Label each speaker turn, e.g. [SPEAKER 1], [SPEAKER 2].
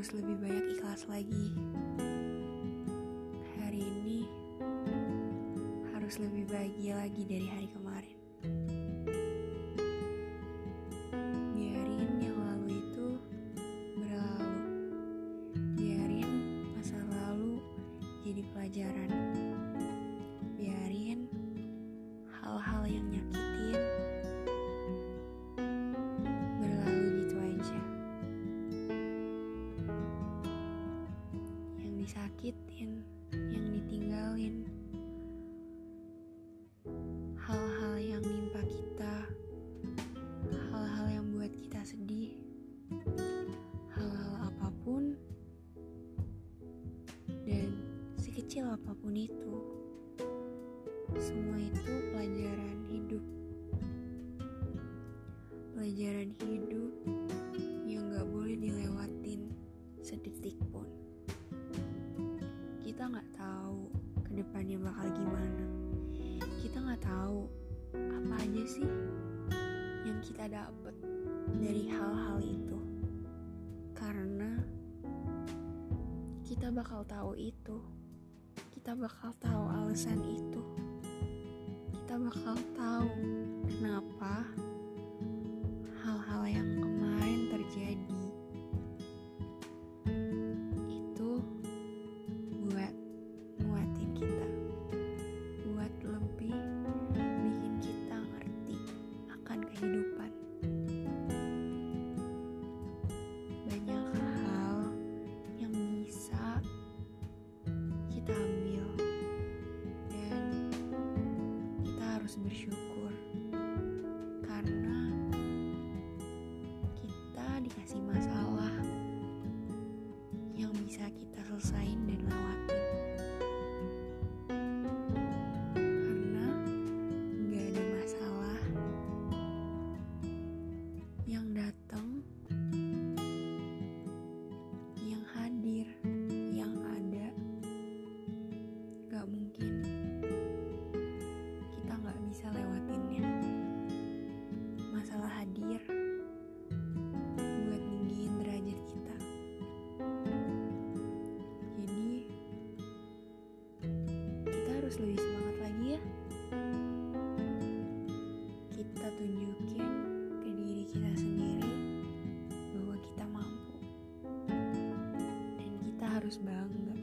[SPEAKER 1] harus lebih banyak ikhlas lagi. Hari ini harus lebih bahagia lagi dari hari kemarin. Biarin yang lalu itu berlalu. Biarin masa lalu jadi pelajaran. Biarin hal-hal yang nyakitin berlalu gitu aja. Yang disakitin, yang ditinggalin, hal-hal yang nimpa kita, hal-hal yang buat kita sedih, hal-hal apapun dan sekecil apapun itu, semua itu pelajaran hidup. Pelajaran hidup yang gak boleh dilewatin sedetik pun. Kita gak tahu ke depannya bakal gimana. Kita gak tahu apa aja sih yang kita dapet dari hal-hal itu. Karena kita bakal tahu itu. Kita bakal tahu alasan itu. Kita bakal tahu kenapa hal-hal yang kemarin terjadi itu buat nguatin kita, buat lebih bikin kita ngerti akan kehidupan. Banyak hal yang bisa kita ambil dan kita harus bersyukur karena kita dikasih masalah yang bisa kita selesain dan lewatin. Karena gak ada masalah yang datang, yang hadir, yang ada, gak mungkin kita gak bisa lewatinnya. Masalah hadir buat ninggiin derajat kita. Jadi kita harus lebih semangat lagi ya. Kita tunjukin ke diri kita sendiri bahwa kita mampu. Dan kita harus bangga